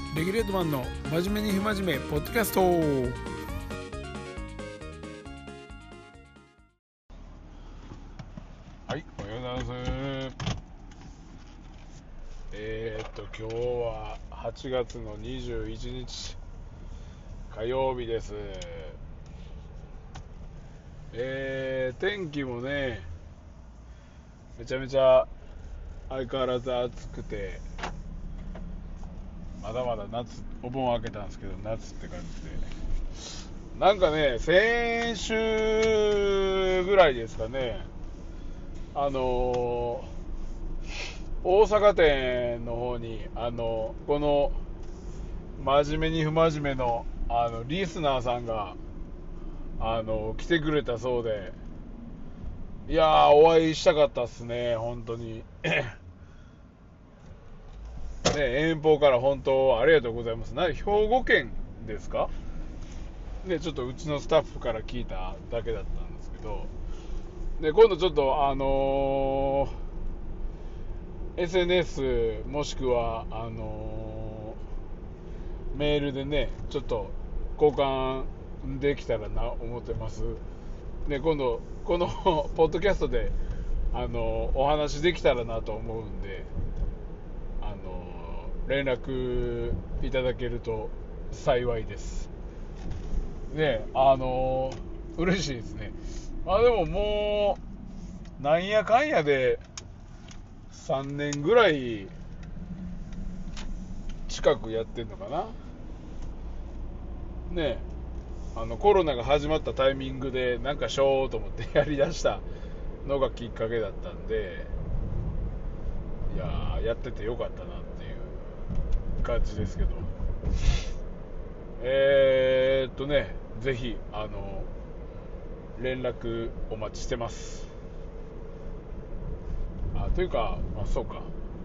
レギュレートマンの真面目に不真面目ポッドキャスト。はい、おはようございます。今日は8月の21日火曜日です。天気もねめちゃめちゃ相変わらず暑くて、まだまだ夏、お盆明けたんですけど夏って感じで、なんかね先週ぐらいですかね、大阪店の方にこの真面目に不真面目のリスナーさんが来てくれたそうで、いやーお会いしたかったっすね本当にね、遠方から本当ありがとうございます。兵庫県ですかね、ちょっとうちのスタッフから聞いただけだったんですけど、で今度ちょっとSNS もしくはメールでねちょっと交換できたらな思ってます。で今度このポッドキャストでお話できたらなと思うんで、連絡いただけると幸いですね。嬉しいですね。でももうなんやかんやで3年ぐらい近くやってんのかなね。コロナが始まったタイミングでなんかしようと思ってやりだしたのがきっかけだったんで、いやーやっててよかったなっていう感じですけど、ぜひ連絡お待ちしてます。というか、そうか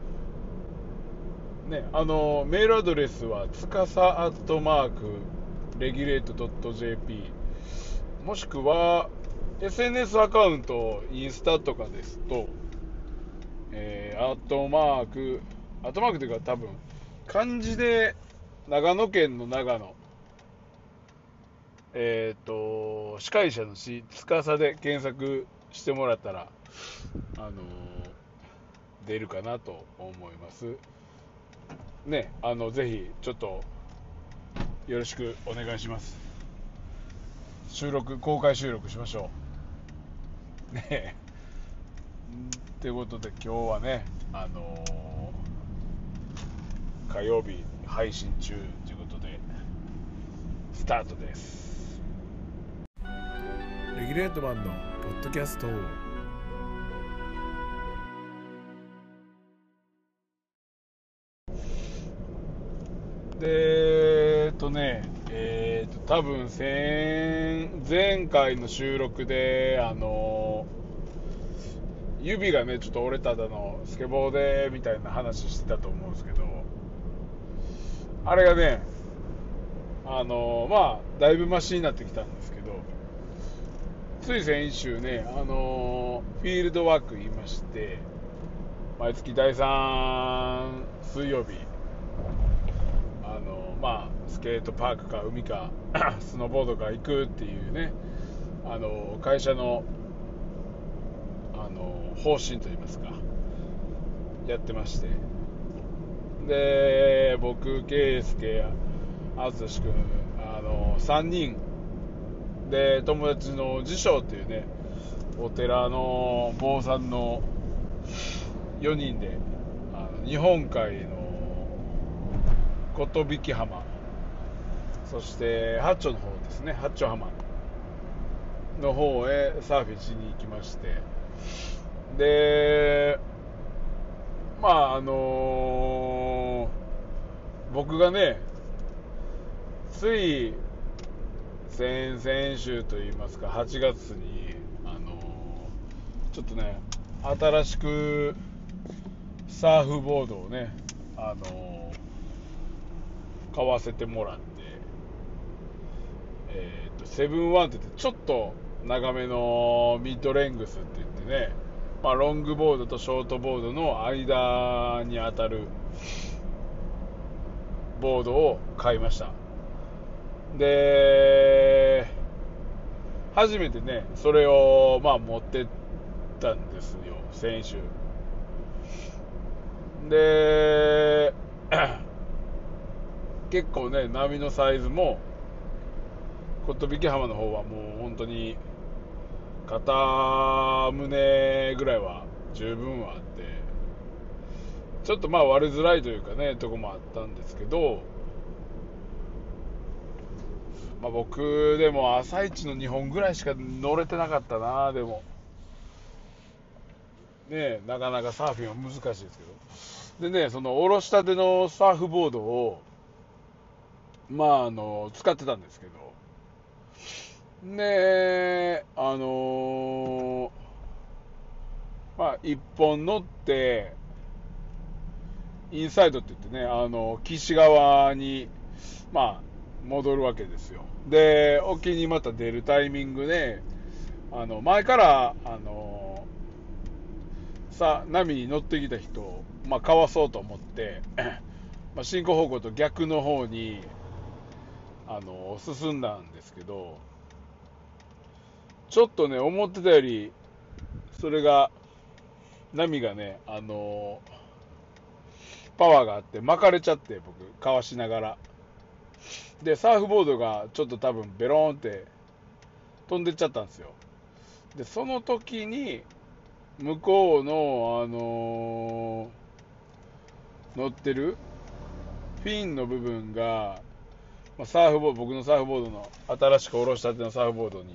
ね、メールアドレスはつかさレギュレート .jp もしくは SNS アカウントインスタとかですと、アットマークというか多分漢字で長野県の長野、司会者の司司で検索してもらったら出るかなと思いますね。ぜひちょっとよろしくお願いします。公開収録しましょうね。ということで今日はね火曜日配信中ということでスタートです。レギュレートマンのポッドキャスト。で多分前回の収録で指がねちょっと折れただのスケボーでみたいな話してたと思うんですけど、あれがねだいぶマシになってきたんですけど、つい先週ねフィールドワーク言いまして、毎月第3水曜日スケートパークか海かスノーボードか行くっていうね会社の方針といいますかやってまして、で僕圭介淳君3人で友達の自称っていうねお寺の坊さんの4人で日本海の寿浜、そして八丁の方ですね、八丁浜の方へサーフィンしに行きまして、で僕がねつい先々週といいますか8月にちょっとね新しくサーフボードをね買わせてもらって、セブンワンって言ってちょっと長めのミッドレングスって言ってね、ロングボードとショートボードの間に当たるボードを買いました。で、初めてねそれを持ってったんですよ、先週で結構ね波のサイズも琴引浜の方はもう本当に片胸ぐらいは十分はあって、ちょっと割れづらいというかねとこもあったんですけど、僕でも朝一の2本ぐらいしか乗れてなかったな。でもねなかなかサーフィンは難しいですけど、でねそのおろしたてのサーフボードを使ってたんですけど、で一本乗ってインサイドって言ってね岸側に戻るわけですよ。で沖にまた出るタイミングで前から波に乗ってきた人を、かわそうと思って進行方向と逆の方に進んだんですけど、ちょっとね思ってたよりそれが波がねパワーがあって巻かれちゃって、僕かわしながらでサーフボードがちょっと多分ベローンって飛んでっちゃったんですよ。でその時に向こうの乗ってるフィンの部分が僕のサーフボードの新しく下ろしたてのサーフボードに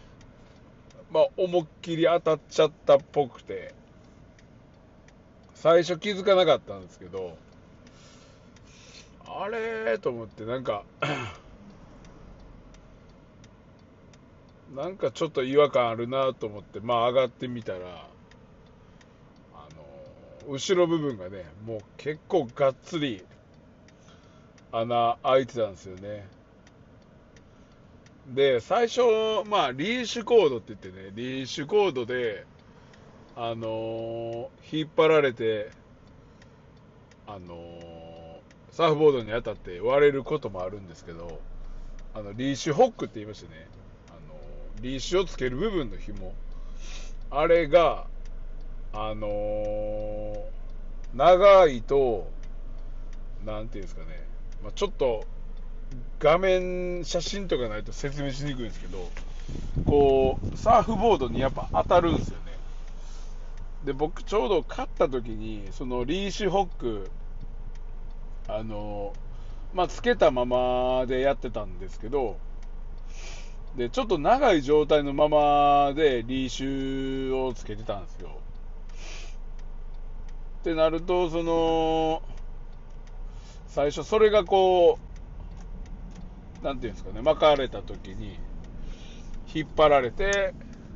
思いっきり当たっちゃったっぽくて、最初気づかなかったんですけど、あれと思ってなんかちょっと違和感あるなと思って上がってみたら後ろ部分がねもう結構がっつり穴開いてたんですよね。で最初リーシュコードって言ってね、リーシュコードで引っ張られてサーフボードに当たって割れることもあるんですけど、リーシュホックって言いましてね、リーシュをつける部分の紐、あれが長いとなんていうんですかね、ちょっと画面写真とかないと説明しにくいんですけど、こうサーフボードにやっぱ当たるんですよね。で僕ちょうど買った時にそのリーシュホックつけたままでやってたんですけど、でちょっと長い状態のままでリーシュをつけてたんですよ。ってなると最初それがこうなんていうんですかね、巻かれた時に引っ張られて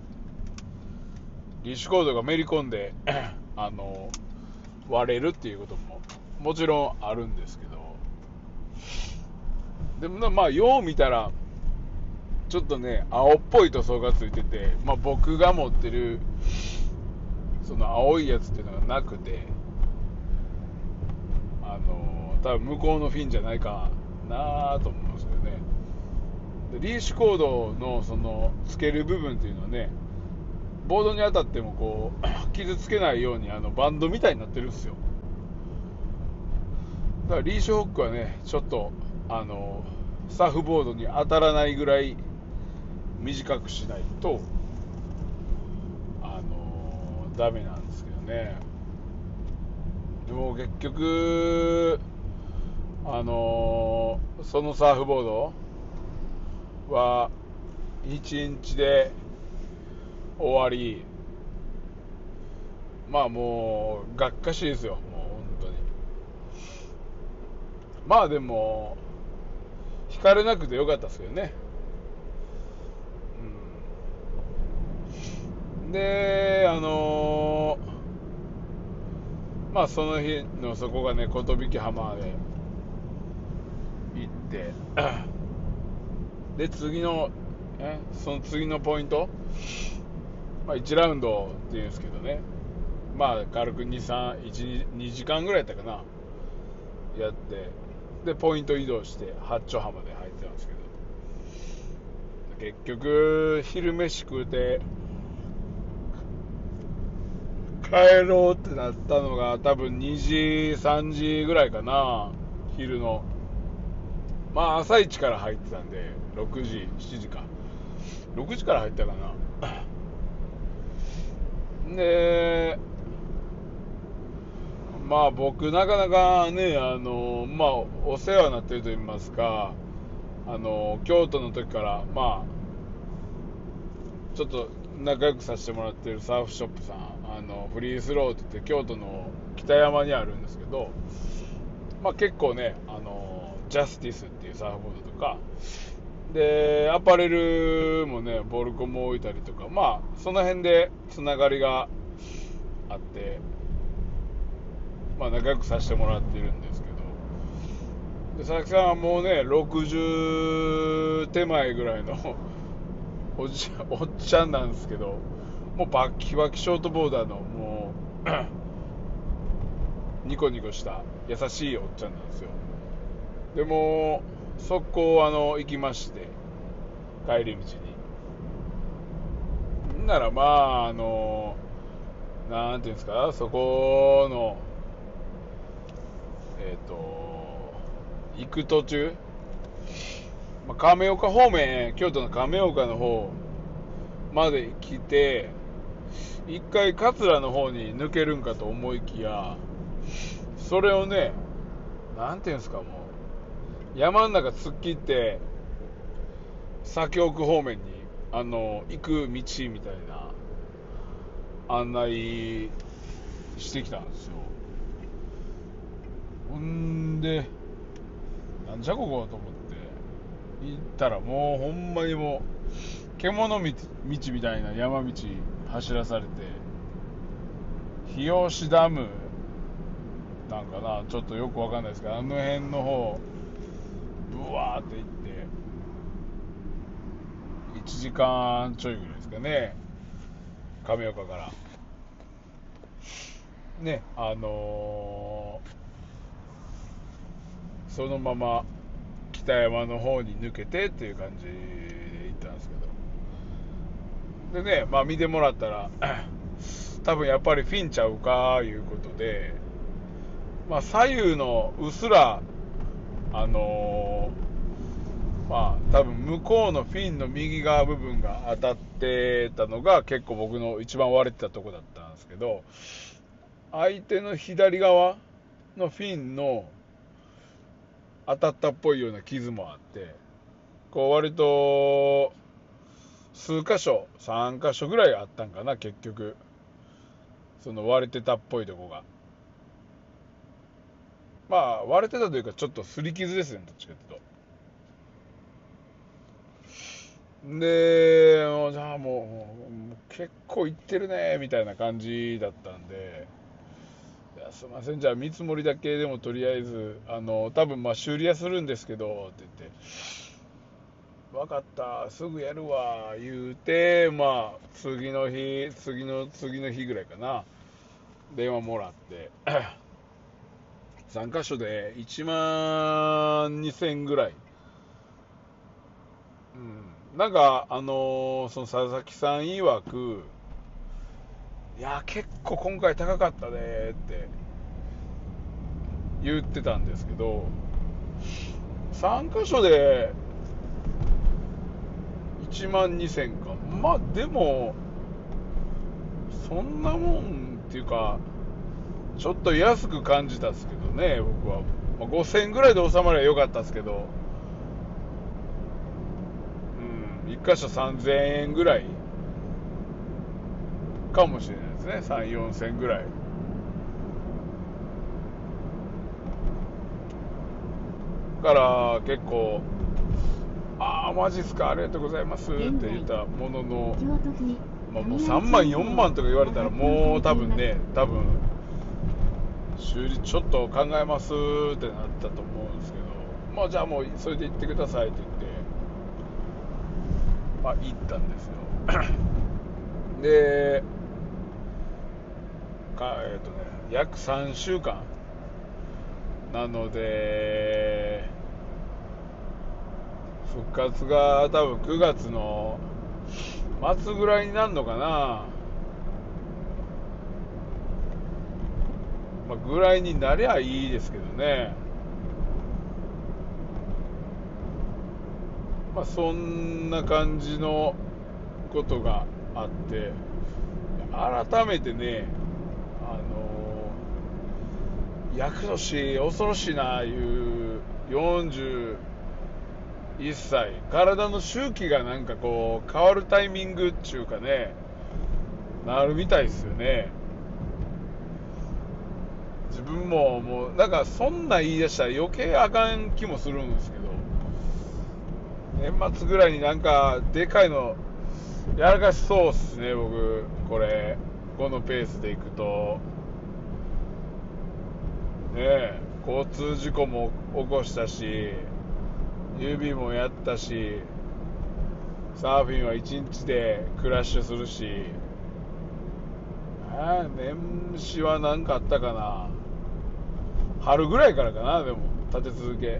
リーシュコードがめり込んで割れるっていうことももちろんあるんですけど、でもよう見たらちょっとね青っぽい塗装がついてて、僕が持ってるその青いやつっていうのがなくて、多分向こうのフィンじゃないかなと思うんですけどね。でリーシュコードのそのつける部分っていうのはね、ボードに当たってもこう傷つけないようにバンドみたいになってるんですよ。だからリーシュホックはねちょっとサーフボードに当たらないぐらい短くしないとダメなんですけどね。でも結局そのサーフボードは1日で終わり、もうがっかしですよ、もう本当に。でも引かれなくてよかったですけどね。でその日のそこがね琴引浜で行ってでその次のポイント、1ラウンドっていうんですけどね、軽く2時間ぐらいやったかなやって、 でポイント移動して八丁浜で入ってたんですけど、結局昼飯食うて帰ろうってなったのが多分2時3時ぐらいかな、昼の。まあ朝一から入ってたんで6時7時か6時から入ったかな。でまあ僕なかなかねまあお世話になってると言いますか、京都の時からまあちょっと仲良くさせてもらってるサーフショップさん、フリースローって言って京都の北山にあるんですけど、まあ結構ねジャスティスっていうサーフボードとかでアパレルもねボルコも置いたりとか、まあその辺でつながりがあって、まあ仲良くさせてもらってるんですけど、で佐々木さんはもうね60手前ぐらいのおっちゃんなんですけど、もうバッキバキショートボーダーのもうニコニコした優しいおっちゃんなんですよ。でも速攻行きまして、帰り道にならまあなんていうんですか、そこの行く途中、まあ、亀岡方面、京都の亀岡の方まで来て一回桂の方に抜けるんかと思いきや、それをねなんていうんですか、もう山の中突っ切って左京区方面に行く道みたいな案内してきたんですよ。ほんでなんじゃここと思って行ったら、もうほんまにもう獣道みたいな山道走らされて、日吉ダムなんかな、ちょっとよくわかんないですけど、あの辺の方ブワーって行って1時間ちょいぐらいですかね、亀岡からね、そのまま北山の方に抜けてっていう感じで行ったんですけど、でね、まあ見てもらったら多分やっぱりフィンちゃうかいうことで、まあ左右のうっすらまあ多分向こうのフィンの右側部分が当たってたのが結構僕の一番割れてたとこだったんですけど、相手の左側のフィンの当たったっぽいような傷もあって、こう割と数箇所3箇所ぐらいあったんかな、結局その割れてたっぽいとこが。まあ割れてたというかちょっと擦り傷ですね、どっちかというと。でじゃあもう結構いってるねみたいな感じだったんで、いやすいません、じゃあ見積もりだけでもとりあえず多分まあ修理屋するんですけどって言って、分かったすぐやるわ言うて、まあ次の日ぐらいかな、電話もらって3カ所で1万2000ぐらい、なんかその佐々木さん曰く、いや結構今回高かったねって言ってたんですけど、3カ所で1万2000か、まあでもそんなもんっていうかちょっと安く感じたんですけどね、僕は、まあ、5000ぐらいで収まればよかったんですけど、1箇所3000円ぐらいかもしれないですね、3、4000ぐらいから結構、ああマジっすかありがとうございますって言ったものの、まあ、もう3万4万とか言われたらもう多分修理ちょっと考えますってなったと思うんですけど、まあじゃあもうそれで行ってくださいって言って、まあ行ったんですよで約3週間なので復活が多分9月の末ぐらいになるのかな、ぐらいになりゃいいですけどね。そんな感じのことがあって、改めてね、厄年恐ろしいないう41歳、体の周期がなんかこう変わるタイミングっていうかね、なるみたいですよね。自分ももうなんかそんな言い出したら余計あかん気もするんですけど、年末ぐらいになんかでかいのやらかしそうっすね。僕このペースでいくとね、交通事故も起こしたし、指もやったし、サーフィンは1日でクラッシュするし、年始は何かあったかな、春ぐらいからかな。でも立て続け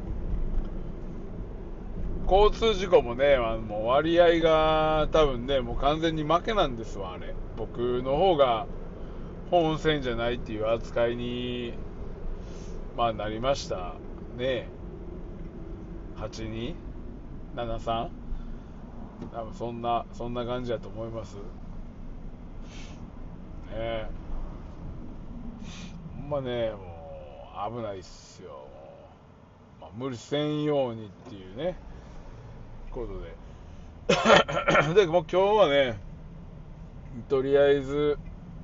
交通事故もね、もう割合が多分ね、もう完全に負けなんですわ。あれ僕の方が本線じゃないっていう扱いになりましたね。8273、多分そんな感じだと思いますね。ほんまね、もう危ないっすよ。無理せんようにっていうねことででもう今日はね、とりあえず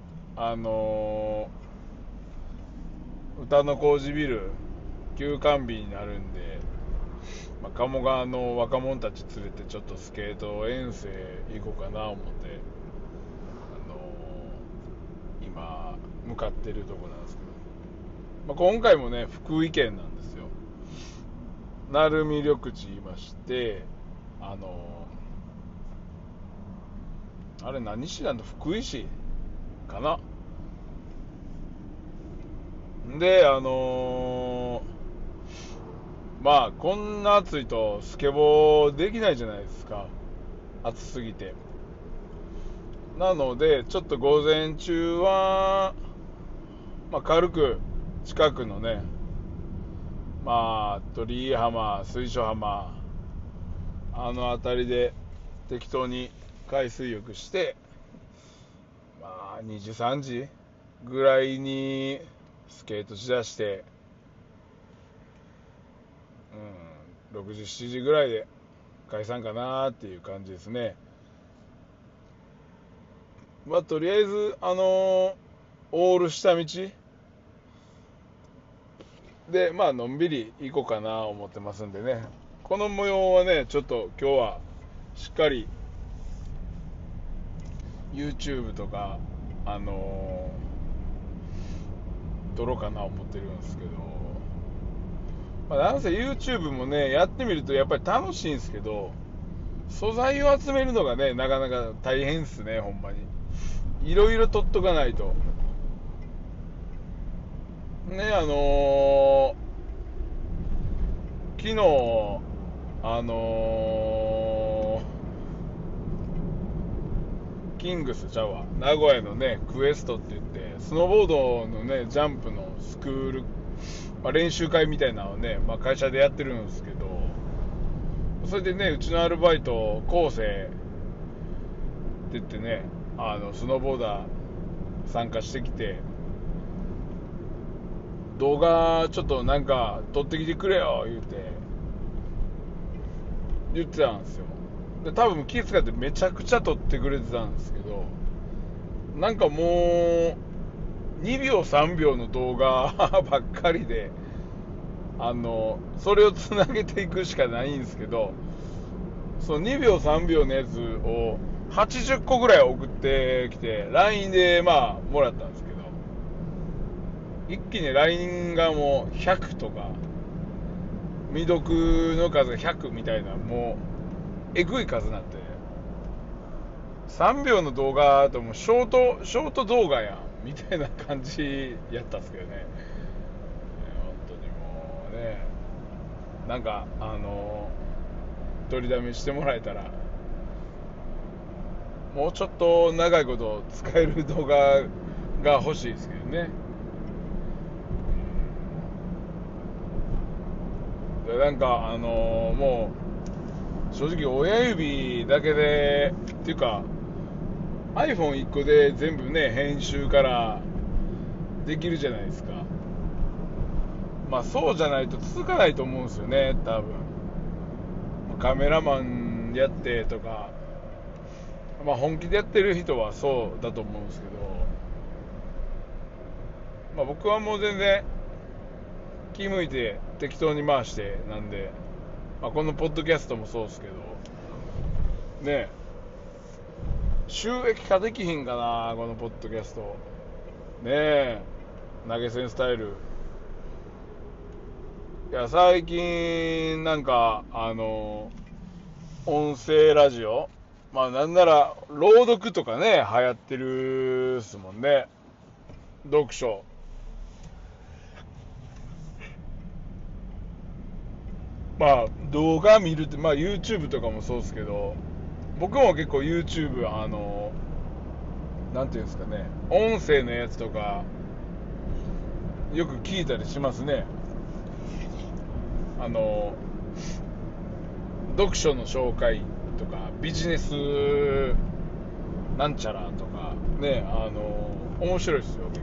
歌の工事ビル休館日になるんで、鴨川の若者たち連れてちょっとスケート遠征行こうかな思って、今向かってるとこなんですけど、今回もね福井県なんですよ。鳴海緑地言いまして、あれ何市なんだ、福井市かな。でこんな暑いとスケボーできないじゃないですか、暑すぎて。なのでちょっと午前中は軽く近くのね、鳥居浜、水晶浜、あたりで適当に海水浴して、2時3時ぐらいにスケートしだして、6時7時ぐらいで解散かなっていう感じですね。とりあえずオール下道でのんびり行こうかな思ってますんでね。この模様はねちょっと今日はしっかり YouTube とか撮ろうかな思ってるんですけど、なんせ YouTube もねやってみるとやっぱり楽しいんですけど、素材を集めるのがねなかなか大変っすね。ほんまにいろいろ撮っとかないとね。昨日キングスちゃうわ、名古屋のねクエストって言ってスノーボードのねジャンプのスクール、練習会みたいなのをね、会社でやってるんですけど、それでねうちのアルバイト昴生って言ってね、スノーボーダー参加してきて、動画ちょっとなんか撮ってきてくれよ言ってたんですよ。で多分気遣ってめちゃくちゃ撮ってくれてたんですけど、なんかもう2秒3秒の動画ばっかりで、それをつなげていくしかないんですけど、その2秒3秒のやつを80個ぐらい送ってきて LINE でもらったんですけど、一気に LINE がもう100とか未読の数が100みたいな、もうえぐい数になって、3秒の動画ともショート動画やんみたいな感じやったんですけどね。本当になんか取りだめしてもらえたら、もうちょっと長いこと使える動画が欲しいですけどね。でなんかもう正直親指だけでっていうか iPhone1 個で全部ね編集からできるじゃないですか。まあそうじゃないと続かないと思うんですよね、多分。カメラマンやってとか、まあ本気でやってる人はそうだと思うんですけど、まあ僕はもう全然気向いて適当に回してなんで、まあ、このポッドキャストもそうですけどね、収益化できひんかな、このポッドキャストねえ。投げ銭スタイル、いや最近なんか音声ラジオ、まあなんなら朗読とかね流行ってるっすもんね。読書、まあ動画見るって、まあ YouTube とかもそうですけど、僕も結構 YouTube なんていうんですかね、音声のやつとかよく聞いたりしますね。読書の紹介とかビジネスなんちゃらとかね、面白いですよ結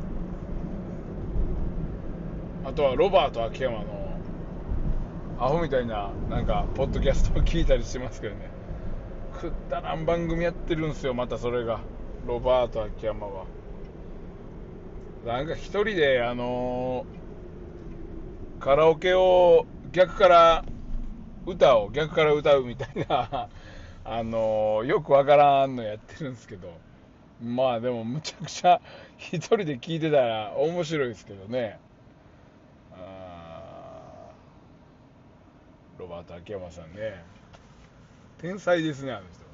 構。あとはロバート秋山のアホみたいななんかポッドキャストを聞いたりしてますけどね。くだらん番組やってるんですよ、またそれが。ロバート秋山はなんか一人でカラオケを歌を逆から歌うみたいなよくわからんのやってるんですけど、まあでもむちゃくちゃ一人で聞いてたら面白いですけどね。ロバート秋山さんね、天才ですね、あの人。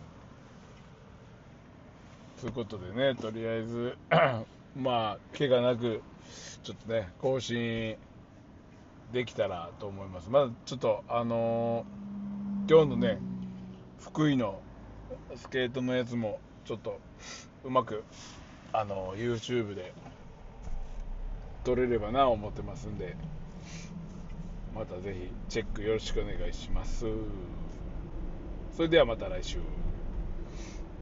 ということでね、とりあえずまあ怪我なくちょっとね更新できたらと思います。まだちょっと今日のね福井のスケートのやつもちょっとうまくYouTube で撮れればな思ってますんで、またぜひチェックよろしくお願いします。それではまた来週。